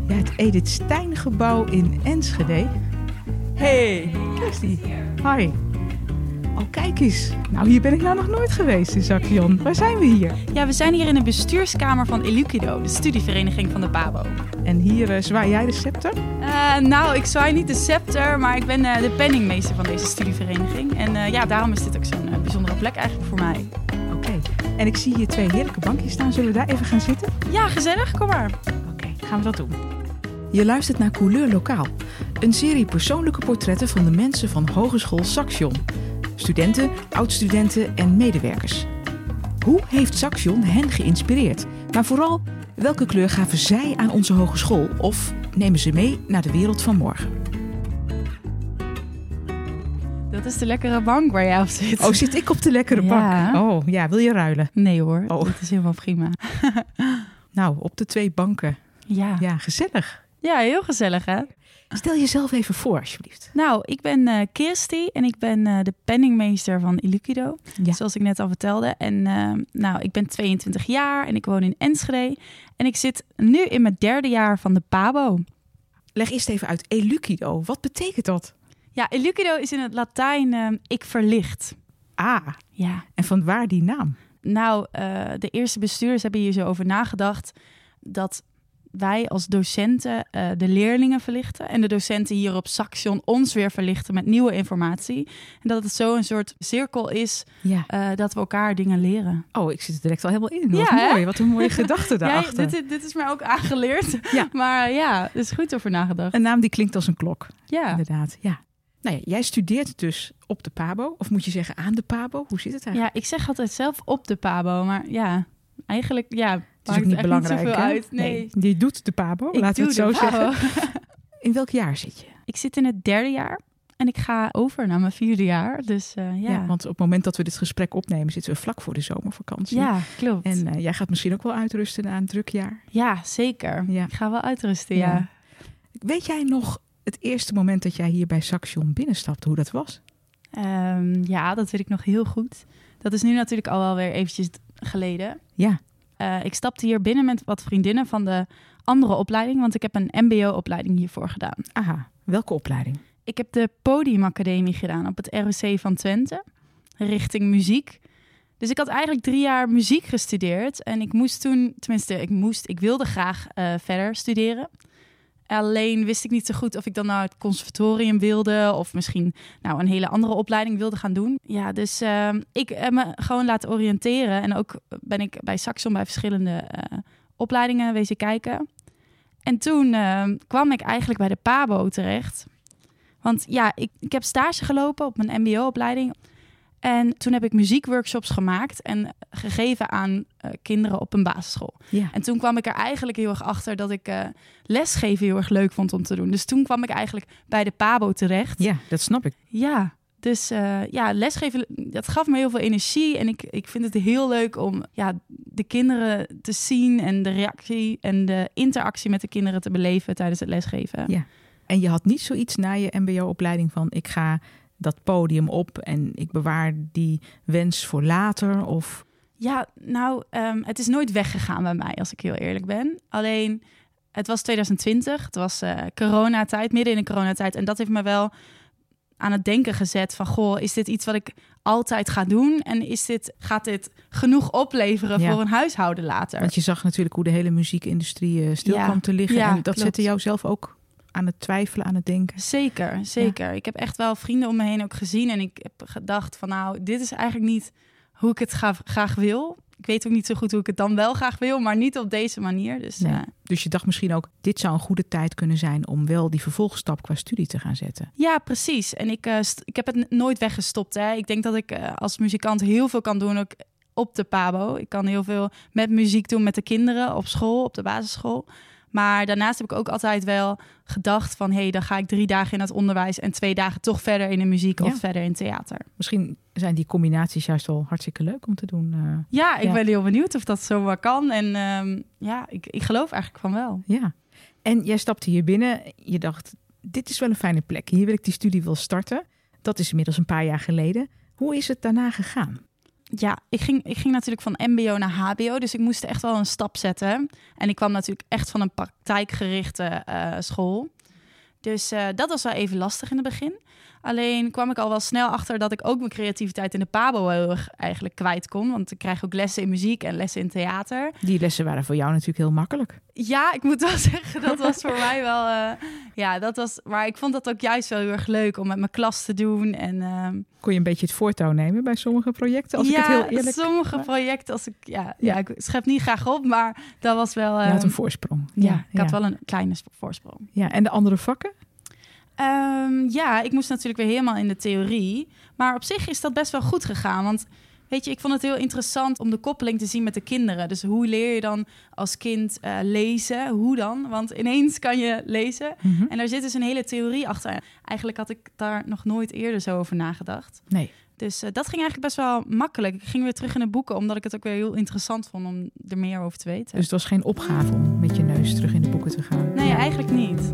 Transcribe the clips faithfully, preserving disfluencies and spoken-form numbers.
Ja, het Edith Stein gebouw in Enschede. Hey, daar is die. Hi. Oh, kijk eens. Nou, hier ben ik nou nog nooit geweest in Saxion. Waar zijn we hier? Ja, we zijn hier in de bestuurskamer van Elucido, de studievereniging van de Pabo. En hier uh, zwaai jij de scepter? Uh, nou, ik zwaai niet de scepter, maar ik ben uh, de penningmeester van deze studievereniging. En uh, ja, daarom is dit ook zo'n uh, bijzondere plek eigenlijk voor mij. Oké. Okay. En ik zie hier twee heerlijke bankjes staan. Zullen we daar even gaan zitten? Ja, gezellig. Kom maar. Oké, okay, gaan we dat doen. Je luistert naar Couleur Lokaal. Een serie persoonlijke portretten van de mensen van Hogeschool Saxion. Studenten, oud-studenten en medewerkers. Hoe heeft Saxion hen geïnspireerd? Maar vooral, welke kleur gaven zij aan onze hogeschool? Of nemen ze mee naar de wereld van morgen? Dat is de lekkere bank waar jij op zit. Oh, zit ik op de lekkere ja. bank? Oh, ja, wil je ruilen? Nee hoor, oh. Dat is helemaal prima. Nou, op de twee banken. Ja. Ja, gezellig. Ja, heel gezellig hè? Stel jezelf even voor, alsjeblieft. Nou, ik ben uh, Kirsty en ik ben uh, de penningmeester van Elucido, ja. Zoals ik net al vertelde. En uh, nou, ik ben tweeëntwintig jaar en ik woon in Enschede. En ik zit nu in mijn derde jaar van de Pabo. Leg eerst even uit, Elucido, wat betekent dat? Ja, Elucido is in het Latijn uh, ik verlicht. Ah, ja. En van waar die naam? Nou, uh, de eerste bestuurders hebben hier zo over nagedacht dat wij als docenten uh, de leerlingen verlichten en de docenten hier op Saxion ons weer verlichten met nieuwe informatie. En dat het zo een soort cirkel is ja. uh, dat we elkaar dingen leren. Oh, ik zit er direct al helemaal in. Wat ja, mooi, wat een mooie gedachte daarachter. Ja, dit, dit is mij ook aangeleerd. Ja. Maar ja, er is goed over nagedacht. Een naam die klinkt als een klok. Ja. Inderdaad, ja. Nou ja, jij studeert dus op de Pabo, of moet je zeggen aan de Pabo? Hoe zit het eigenlijk? Ja, ik zeg altijd zelf op de Pabo, maar ja, eigenlijk ja. Het is ook niet belangrijk, niet hè? Uit. Nee. nee, je doet de Pabo, ik laten we het zo zeggen. In welk jaar zit je? Ik zit in het derde jaar en ik ga over naar mijn vierde jaar. Dus uh, ja. ja. Want op het moment dat we dit gesprek opnemen, zitten we vlak voor de zomervakantie. Ja, klopt. En uh, jij gaat misschien ook wel uitrusten na een druk jaar. Ja, zeker. Ja. Ik ga wel uitrusten, ja. ja. Weet jij nog het eerste moment dat jij hier bij Saxion binnenstapte, hoe dat was? Um, ja, dat weet ik nog heel goed. Dat is nu natuurlijk al wel weer eventjes geleden. Ja. Uh, ik stapte hier binnen met wat vriendinnen van de andere opleiding, want ik heb een mbo opleiding hiervoor gedaan. Aha, welke opleiding? Ik heb de Podiumacademie gedaan op het R O C van Twente, richting muziek. Dus ik had eigenlijk drie jaar muziek gestudeerd en ik moest toen, tenminste ik moest, ik wilde graag uh, verder studeren. Alleen wist ik niet zo goed of ik dan nou het conservatorium wilde of misschien nou een hele andere opleiding wilde gaan doen. Ja, dus uh, ik heb me gewoon laten oriënteren en ook ben ik bij Saxion bij verschillende uh, opleidingen wezen kijken. En toen uh, kwam ik eigenlijk bij de Pabo terecht. Want ja, ik, ik heb stage gelopen op mijn mbo-opleiding. En toen heb ik muziekworkshops gemaakt en gegeven aan uh, kinderen op een basisschool. Ja. En toen kwam ik er eigenlijk heel erg achter dat ik uh, lesgeven heel erg leuk vond om te doen. Dus toen kwam ik eigenlijk bij de Pabo terecht. Ja, dat snap ik. Ja, dus uh, ja, lesgeven, dat gaf me heel veel energie. En ik, ik vind het heel leuk om ja, de kinderen te zien en de reactie en de interactie met de kinderen te beleven tijdens het lesgeven. Ja. En je had niet zoiets na je mbo-opleiding van ik ga dat podium op en ik bewaar die wens voor later? Of Ja, nou, um, het is nooit weggegaan bij mij, als ik heel eerlijk ben. Alleen, het was twintig twintig, het was uh, coronatijd, midden in de coronatijd. En dat heeft me wel aan het denken gezet van, goh, is dit iets wat ik altijd ga doen? En is dit, gaat dit genoeg opleveren ja. voor een huishouden later? Want je zag natuurlijk hoe de hele muziekindustrie uh, stil ja. kwam te liggen. Ja, en dat klopt. Zette jou zelf ook aan het twijfelen, aan het denken. Zeker, zeker. Ja. Ik heb echt wel vrienden om me heen ook gezien. En ik heb gedacht van nou, dit is eigenlijk niet hoe ik het ga, graag wil. Ik weet ook niet zo goed hoe ik het dan wel graag wil, maar niet op deze manier. Dus, nee. uh... dus je dacht misschien ook, dit zou een goede tijd kunnen zijn om wel die vervolgstap qua studie te gaan zetten. Ja, precies. En ik, uh, st- ik heb het nooit weggestopt. Hè. Ik denk dat ik uh, als muzikant heel veel kan doen, ook op de Pabo. Ik kan heel veel met muziek doen met de kinderen op school, op de basisschool. Maar daarnaast heb ik ook altijd wel gedacht van, hé, hey, dan ga ik drie dagen in het onderwijs en twee dagen toch verder in de muziek ja. of verder in theater. Misschien zijn die combinaties juist wel hartstikke leuk om te doen. Uh, ja, ik ja. ben heel benieuwd of dat zomaar kan. En um, ja, ik, ik geloof eigenlijk van wel. Ja. En jij stapte hier binnen. Je dacht, dit is wel een fijne plek. Hier wil ik die studie wel starten. Dat is inmiddels een paar jaar geleden. Hoe is het daarna gegaan? ja, ik ging, ik ging natuurlijk van mbo naar hbo, dus ik moest echt wel een stap zetten. En ik kwam natuurlijk echt van een praktijkgerichte uh, school. Dus uh, dat was wel even lastig in het begin. Alleen kwam ik al wel snel achter dat ik ook mijn creativiteit in de pabo heel erg eigenlijk kwijt kon. Want ik krijg ook lessen in muziek en lessen in theater. Die lessen waren voor jou natuurlijk heel makkelijk. Ja, ik moet wel zeggen, dat was voor mij wel... Uh, ja, dat was... Maar ik vond dat ook juist wel heel erg leuk om met mijn klas te doen. En, uh, kon je een beetje het voortouw nemen bij sommige projecten? Als ja, ik het heel eerlijk... sommige projecten, als ik... Ja, ja. ja, ik schep niet graag op, maar dat was wel... Uh, je had een voorsprong. Ja, ja ik ja. had wel een kleine voorsprong. Ja, en de andere vakken? Um, ja, ik moest natuurlijk weer helemaal in de theorie. Maar op zich is dat best wel goed gegaan. Want weet je, ik vond het heel interessant om de koppeling te zien met de kinderen. Dus hoe leer je dan als kind uh, lezen? Hoe dan? Want ineens kan je lezen. Mm-hmm. En daar zit dus een hele theorie achter. Eigenlijk had ik daar nog nooit eerder zo over nagedacht. Nee. Dus uh, dat ging eigenlijk best wel makkelijk. Ik ging weer terug in de boeken, omdat ik het ook weer heel interessant vond om er meer over te weten. Dus het was geen opgave om met je neus terug in de boeken te gaan? Nee, ja. Eigenlijk niet.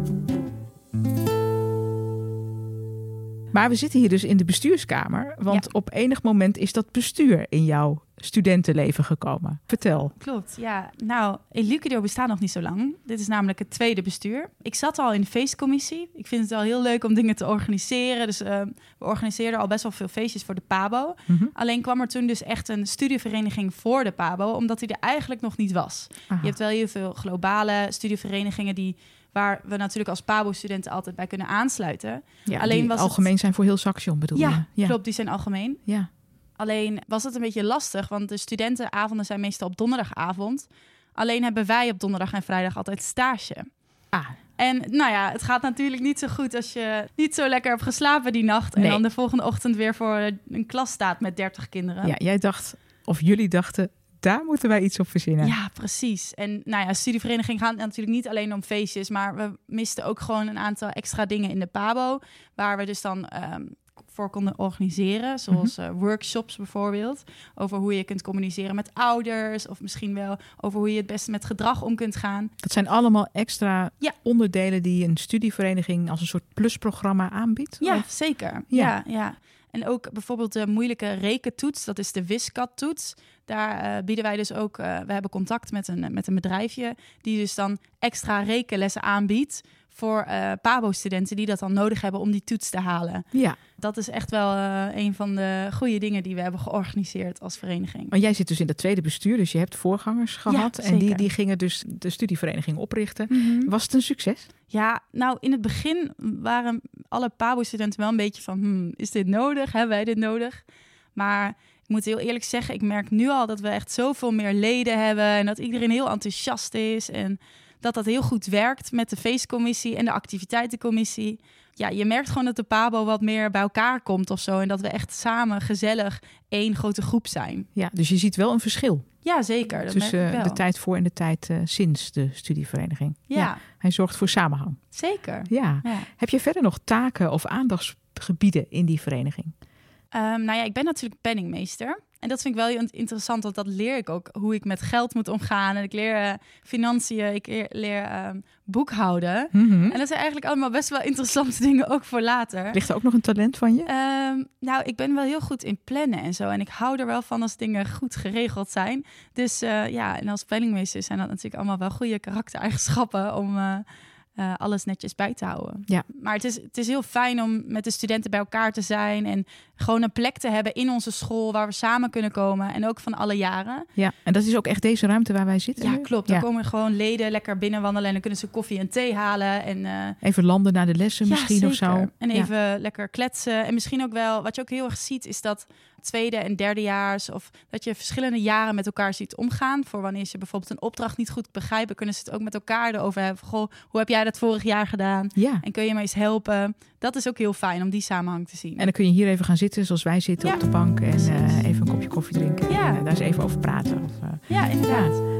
Maar we zitten hier dus in de bestuurskamer, want ja. op enig moment is dat bestuur in jouw studentenleven gekomen. Vertel. Klopt, ja. Nou, Elucido bestaat nog niet zo lang. Dit is namelijk het tweede bestuur. Ik zat al in de feestcommissie. Ik vind het wel heel leuk om dingen te organiseren. Dus uh, we organiseerden al best wel veel feestjes voor de pabo. Mm-hmm. Alleen kwam er toen dus echt een studievereniging voor de pabo, omdat die er eigenlijk nog niet was. Aha. Je hebt wel heel veel globale studieverenigingen die... waar we natuurlijk als pabo-studenten altijd bij kunnen aansluiten. Ja, alleen die was algemeen het... zijn voor heel Saxion, bedoel ja, je? Ja, klopt, die zijn algemeen. Ja. Alleen was het een beetje lastig, want de studentenavonden zijn meestal op donderdagavond. Alleen hebben wij op donderdag en vrijdag altijd stage. Ah. En nou ja, het gaat natuurlijk niet zo goed als je niet zo lekker hebt geslapen die nacht... en nee. dan de volgende ochtend weer voor een klas staat met dertig kinderen. Ja, jij dacht, of jullie dachten... daar moeten wij iets op verzinnen. Ja, precies. En nou ja, studievereniging gaat natuurlijk niet alleen om feestjes, maar we misten ook gewoon een aantal extra dingen in de pabo, waar we dus dan um, voor konden organiseren, zoals mm-hmm. uh, workshops bijvoorbeeld, over hoe je kunt communiceren met ouders, of misschien wel over hoe je het beste met gedrag om kunt gaan. Dat zijn allemaal extra ja. onderdelen die een studievereniging als een soort plusprogramma aanbiedt? Ja, of? zeker. Ja. ja, ja. En ook bijvoorbeeld de moeilijke rekentoets, dat is de Wiscat-toets. Daar uh, bieden wij dus ook, uh, we hebben contact met een, met een bedrijfje die dus dan extra rekenlessen aanbiedt voor uh, pabo-studenten die dat dan nodig hebben om die toets te halen. Ja. Dat is echt wel uh, een van de goede dingen die we hebben georganiseerd als vereniging. Maar jij zit dus in het tweede bestuur, dus je hebt voorgangers gehad. Ja, en die, die gingen dus de studievereniging oprichten. Mm-hmm. Was het een succes? Ja, nou in het begin waren alle pabo-studenten wel een beetje van... Hmm, is dit nodig? Hebben wij dit nodig? Maar ik moet heel eerlijk zeggen, ik merk nu al dat we echt zoveel meer leden hebben... en dat iedereen heel enthousiast is en dat dat heel goed werkt met de feestcommissie en de activiteitencommissie. Ja, je merkt gewoon dat de pabo wat meer bij elkaar komt of zo... en dat we echt samen gezellig één grote groep zijn. Ja, dus je ziet wel een verschil. Ja, zeker. Dat tussen merk ik wel. De tijd voor en de tijd uh, sinds de studievereniging. Ja. ja. Hij zorgt voor samenhang. Zeker. Ja. ja. Heb je verder nog taken of aandachtsgebieden in die vereniging? Um, nou ja, ik ben natuurlijk penningmeester. En dat vind ik wel heel interessant, want dat leer ik ook. Hoe ik met geld moet omgaan. En ik leer uh, financiën, ik leer, leer um, boekhouden. Mm-hmm. En dat zijn eigenlijk allemaal best wel interessante dingen, ook voor later. Ligt er ook nog een talent van je? Um, nou, ik ben wel heel goed in plannen en zo. En ik hou er wel van als dingen goed geregeld zijn. Dus uh, ja, en als penningmeester zijn dat natuurlijk allemaal wel goede karaktereigenschappen om... Uh, Uh, alles netjes bij te houden. Ja. Maar het is, het is heel fijn om met de studenten bij elkaar te zijn... en gewoon een plek te hebben in onze school... waar we samen kunnen komen en ook van alle jaren. Ja, en dat is ook echt deze ruimte waar wij zitten? Ja, nu? klopt. Dan ja. komen gewoon leden lekker binnenwandelen... en dan kunnen ze koffie en thee halen. En, uh, even landen naar de lessen ja, misschien zeker. of zo. En even ja. lekker kletsen. En misschien ook wel, wat je ook heel erg ziet... is dat tweede en derdejaars... of dat je verschillende jaren met elkaar ziet omgaan. Voor wanneer ze bijvoorbeeld een opdracht niet goed begrijpen... kunnen ze het ook met elkaar erover hebben. Goh, hoe heb jij dat vorig jaar gedaan? Ja. En kun je me eens helpen? Dat is ook heel fijn om die samenhang te zien. En dan kun je hier even gaan zitten zoals wij zitten ja. op de bank... en uh, even een kopje koffie drinken ja. en uh, daar eens even over praten. Of, uh, ja, inderdaad. Ja.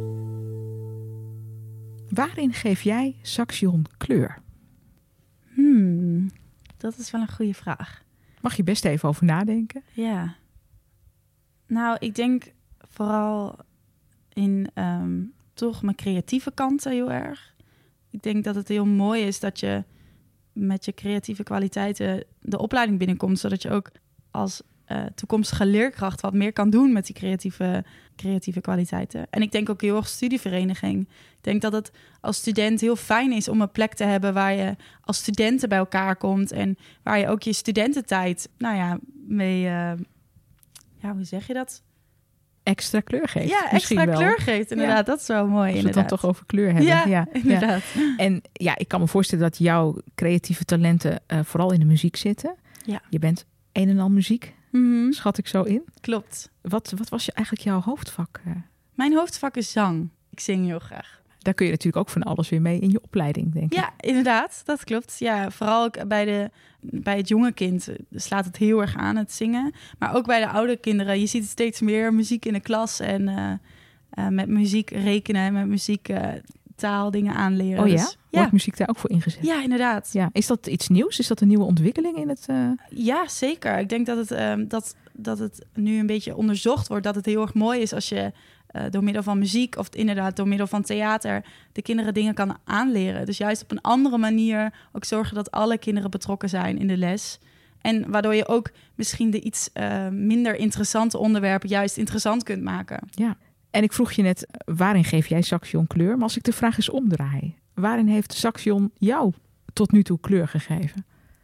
Waarin geef jij Saxion kleur? Hmm, dat is wel een goede vraag. Mag je best even over nadenken? Ja. Nou, ik denk vooral in um, toch mijn creatieve kanten heel erg. Ik denk dat het heel mooi is dat je met je creatieve kwaliteiten de opleiding binnenkomt, zodat je ook als uh, toekomstige leerkracht wat meer kan doen met die creatieve, creatieve kwaliteiten. En ik denk ook heel erg studievereniging. Ik denk dat het als student heel fijn is om een plek te hebben waar je als studenten bij elkaar komt en waar je ook je studententijd, nou ja, mee, uh, ja, hoe zeg je dat? Extra kleur geeft. Ja, extra wel. kleur geeft, inderdaad. Ja. Dat is wel mooi, Als inderdaad. we het dan toch over kleur hebben. Ja, ja inderdaad. Ja. En ja, ik kan me voorstellen dat jouw creatieve talenten uh, vooral in de muziek zitten. Ja. Je bent een en al muziek, mm-hmm. schat ik zo in. Klopt. Wat, wat was je, eigenlijk jouw hoofdvak? Uh? Mijn hoofdvak is zang. Ik zing heel graag. Daar kun je natuurlijk ook van alles weer mee in je opleiding, denk ik. Ja, inderdaad. Dat klopt. Ja, vooral ook bij, de, bij het jonge kind slaat het heel erg aan, het zingen. Maar ook bij de oude kinderen. Je ziet steeds meer muziek in de klas. En uh, uh, met muziek rekenen en met muziek uh, taaldingen aanleren. Oh ja? Dus, ja. Wordt muziek daar ook voor ingezet? Ja, inderdaad. Ja. Is dat iets nieuws? Is dat een nieuwe ontwikkeling in het... Uh... Ja, zeker. Ik denk dat het, um, dat, dat het nu een beetje onderzocht wordt. Dat het heel erg mooi is als je... Uh, door middel van muziek of inderdaad door middel van theater de kinderen dingen kan aanleren. Dus juist op een andere manier ook zorgen dat alle kinderen betrokken zijn in de les. En waardoor je ook misschien de iets uh, minder interessante onderwerpen juist interessant kunt maken. Ja, en ik vroeg je net, waarin geef jij Saxion kleur? Maar als ik de vraag eens omdraai, waarin heeft Saxion jou tot nu toe kleur gegeven?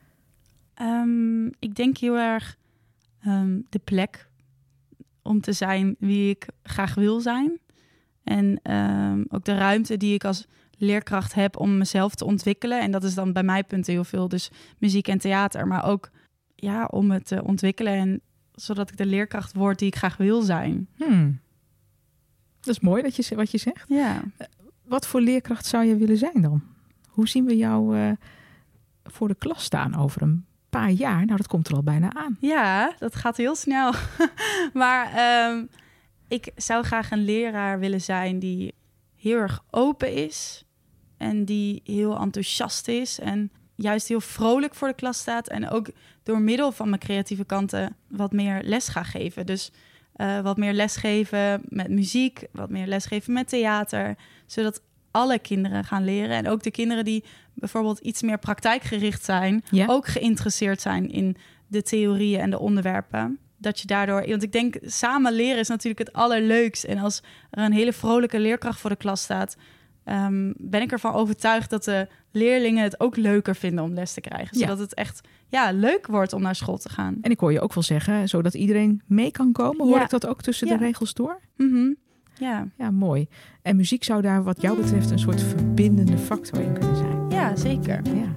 Um, ik denk heel erg um, de plek om te zijn wie ik graag wil zijn. En um, ook de ruimte die ik als leerkracht heb om mezelf te ontwikkelen. En dat is dan bij mij punten heel veel, dus muziek en theater. Maar ook ja, om het te ontwikkelen en zodat ik de leerkracht word die ik graag wil zijn. Hmm. Dat is mooi dat je, wat je zegt. Ja. Uh, wat voor leerkracht zou je willen zijn dan? Hoe zien we jou uh, voor de klas staan over een paar jaar? Nou, dat komt er al bijna aan. Ja, dat gaat heel snel. maar um, ik zou graag een leraar willen zijn die heel erg open is en die heel enthousiast is en juist heel vrolijk voor de klas staat en ook door middel van mijn creatieve kanten wat meer les ga geven. Dus uh, wat meer lesgeven met muziek, wat meer lesgeven met theater, zodat alle kinderen gaan leren. En ook de kinderen die bijvoorbeeld iets meer praktijkgericht zijn, ja. ook geïnteresseerd zijn in de theorieën en de onderwerpen. Dat je daardoor, want ik denk samen leren is natuurlijk het allerleukst. En als er een hele vrolijke leerkracht voor de klas staat, um, ben ik ervan overtuigd dat de leerlingen het ook leuker vinden om les te krijgen. Zodat ja. het echt ja, leuk wordt om naar school te gaan. En ik hoor je ook wel zeggen, zodat iedereen mee kan komen. Hoor ja. ik dat ook tussen ja. de regels door? Mm-hmm. Ja. ja, mooi. En muziek zou daar wat jou betreft een soort verbindende factor in kunnen zijn. Ja, zeker. Ja.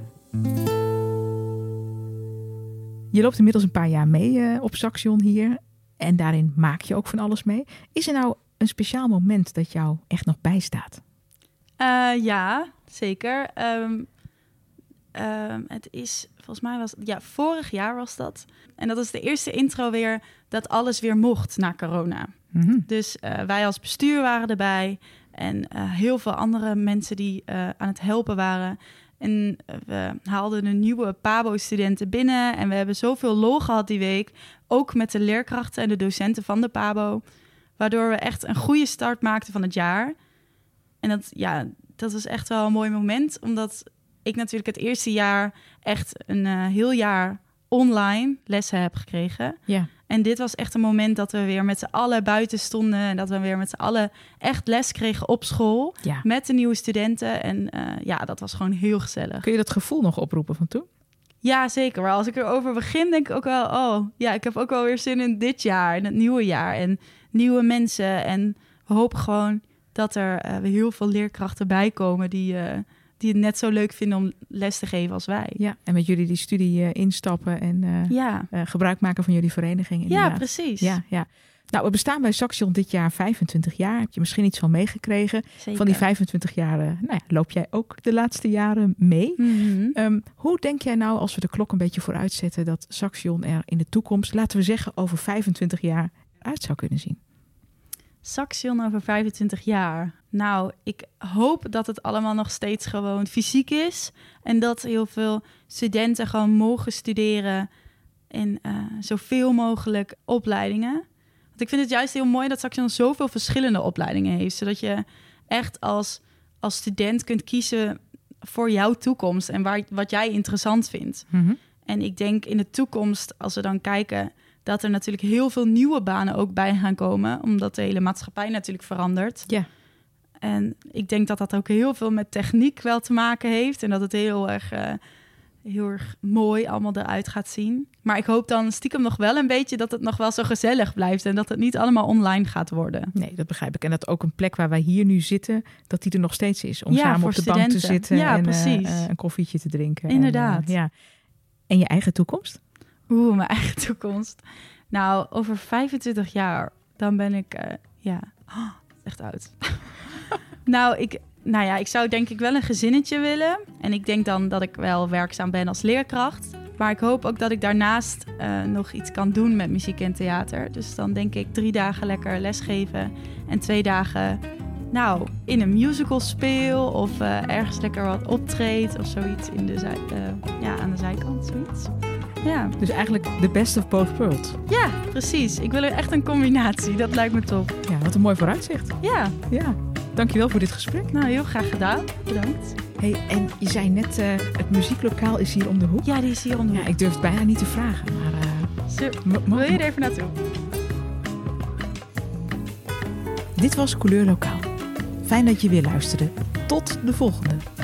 Je loopt inmiddels een paar jaar mee uh, op Saxion hier. En daarin maak je ook van alles mee. Is er nou een speciaal moment dat jou echt nog bijstaat? Uh, ja, zeker. Um, um, het is, volgens mij was ja, vorig jaar was dat. En dat is de eerste intro weer dat alles weer mocht na corona. Mm-hmm. Dus uh, wij als bestuur waren erbij en uh, heel veel andere mensen die uh, aan het helpen waren. En uh, we haalden de nieuwe Pabo-studenten binnen en we hebben zoveel lol gehad die week. Ook met de leerkrachten en de docenten van de Pabo. Waardoor we echt een goede start maakten van het jaar. En dat, ja, dat was echt wel een mooi moment. Omdat ik natuurlijk het eerste jaar echt een uh, heel jaar online lessen heb gekregen. Ja. En dit was echt een moment dat we weer met z'n allen buiten stonden. En dat we weer met z'n allen echt les kregen op school. Ja. Met de nieuwe studenten. En uh, ja, dat was gewoon heel gezellig. Kun je dat gevoel nog oproepen van toen? Ja, zeker. Maar als ik erover begin, denk ik ook wel... oh, ja, ik heb ook wel weer zin in dit jaar. In het nieuwe jaar. En nieuwe mensen. En we hopen gewoon dat er uh, weer heel veel leerkrachten bij komen... die... Uh, die het net zo leuk vinden om les te geven als wij. Ja, en met jullie die studie uh, instappen en uh, ja. uh, gebruik maken van jullie vereniging. Inderdaad. Ja, precies. Ja, ja. Nou, we bestaan bij Saxion dit jaar vijfentwintig jaar. Heb je misschien iets van meegekregen? Zeker. Van die vijfentwintig jaar, nou ja, loop jij ook de laatste jaren mee. Mm-hmm. Um, hoe denk jij nou, als we de klok een beetje vooruit zetten... dat Saxion er in de toekomst, laten we zeggen, over vijfentwintig jaar uit zou kunnen zien? Saxion over vijfentwintig jaar. Nou, ik hoop dat het allemaal nog steeds gewoon fysiek is. En dat heel veel studenten gewoon mogen studeren in uh, zoveel mogelijk opleidingen. Want ik vind het juist heel mooi dat Saxion zoveel verschillende opleidingen heeft. Zodat je echt als, als student kunt kiezen voor jouw toekomst en waar, wat jij interessant vindt. Mm-hmm. En ik denk in de toekomst, als we dan kijken... dat er natuurlijk heel veel nieuwe banen ook bij gaan komen, omdat de hele maatschappij natuurlijk verandert. Ja. En ik denk dat dat ook heel veel met techniek wel te maken heeft en dat het heel erg, uh, heel erg mooi allemaal eruit gaat zien. Maar ik hoop dan stiekem nog wel een beetje dat het nog wel zo gezellig blijft en dat het niet allemaal online gaat worden. Nee, dat begrijp ik. En dat ook een plek waar wij hier nu zitten, dat die er nog steeds is. Om ja, samen op de studenten. bank te zitten ja, en precies. uh, uh, een koffietje te drinken. Inderdaad. En, uh, ja. En je eigen toekomst? Oeh, mijn eigen toekomst. Nou, over vijfentwintig jaar, dan ben ik, uh, ja, oh, echt oud. nou, ik, nou ja, ik zou denk ik wel een gezinnetje willen. En ik denk dan dat ik wel werkzaam ben als leerkracht. Maar ik hoop ook dat ik daarnaast uh, nog iets kan doen met muziek en theater. Dus dan denk ik drie dagen lekker lesgeven en twee dagen, nou, in een musical speel of uh, ergens lekker wat optreed of zoiets in de zij, uh, ja, aan de zijkant, zoiets. Ja. Dus eigenlijk the best of both worlds. Ja, precies. Ik wil er echt een combinatie. Dat lijkt me top. Ja, wat een mooi vooruitzicht. Ja. Ja. Dankjewel voor dit gesprek. Nou, heel graag gedaan. Bedankt. Hey, en je zei net, uh, het muzieklokaal is hier om de hoek. Ja, die is hier om de hoek. Ja, ik durf het bijna niet te vragen, maar... Uh, Zo, m- wil je er even naartoe? Dit was Couleur Lokaal. Fijn dat je weer luisterde. Tot de volgende.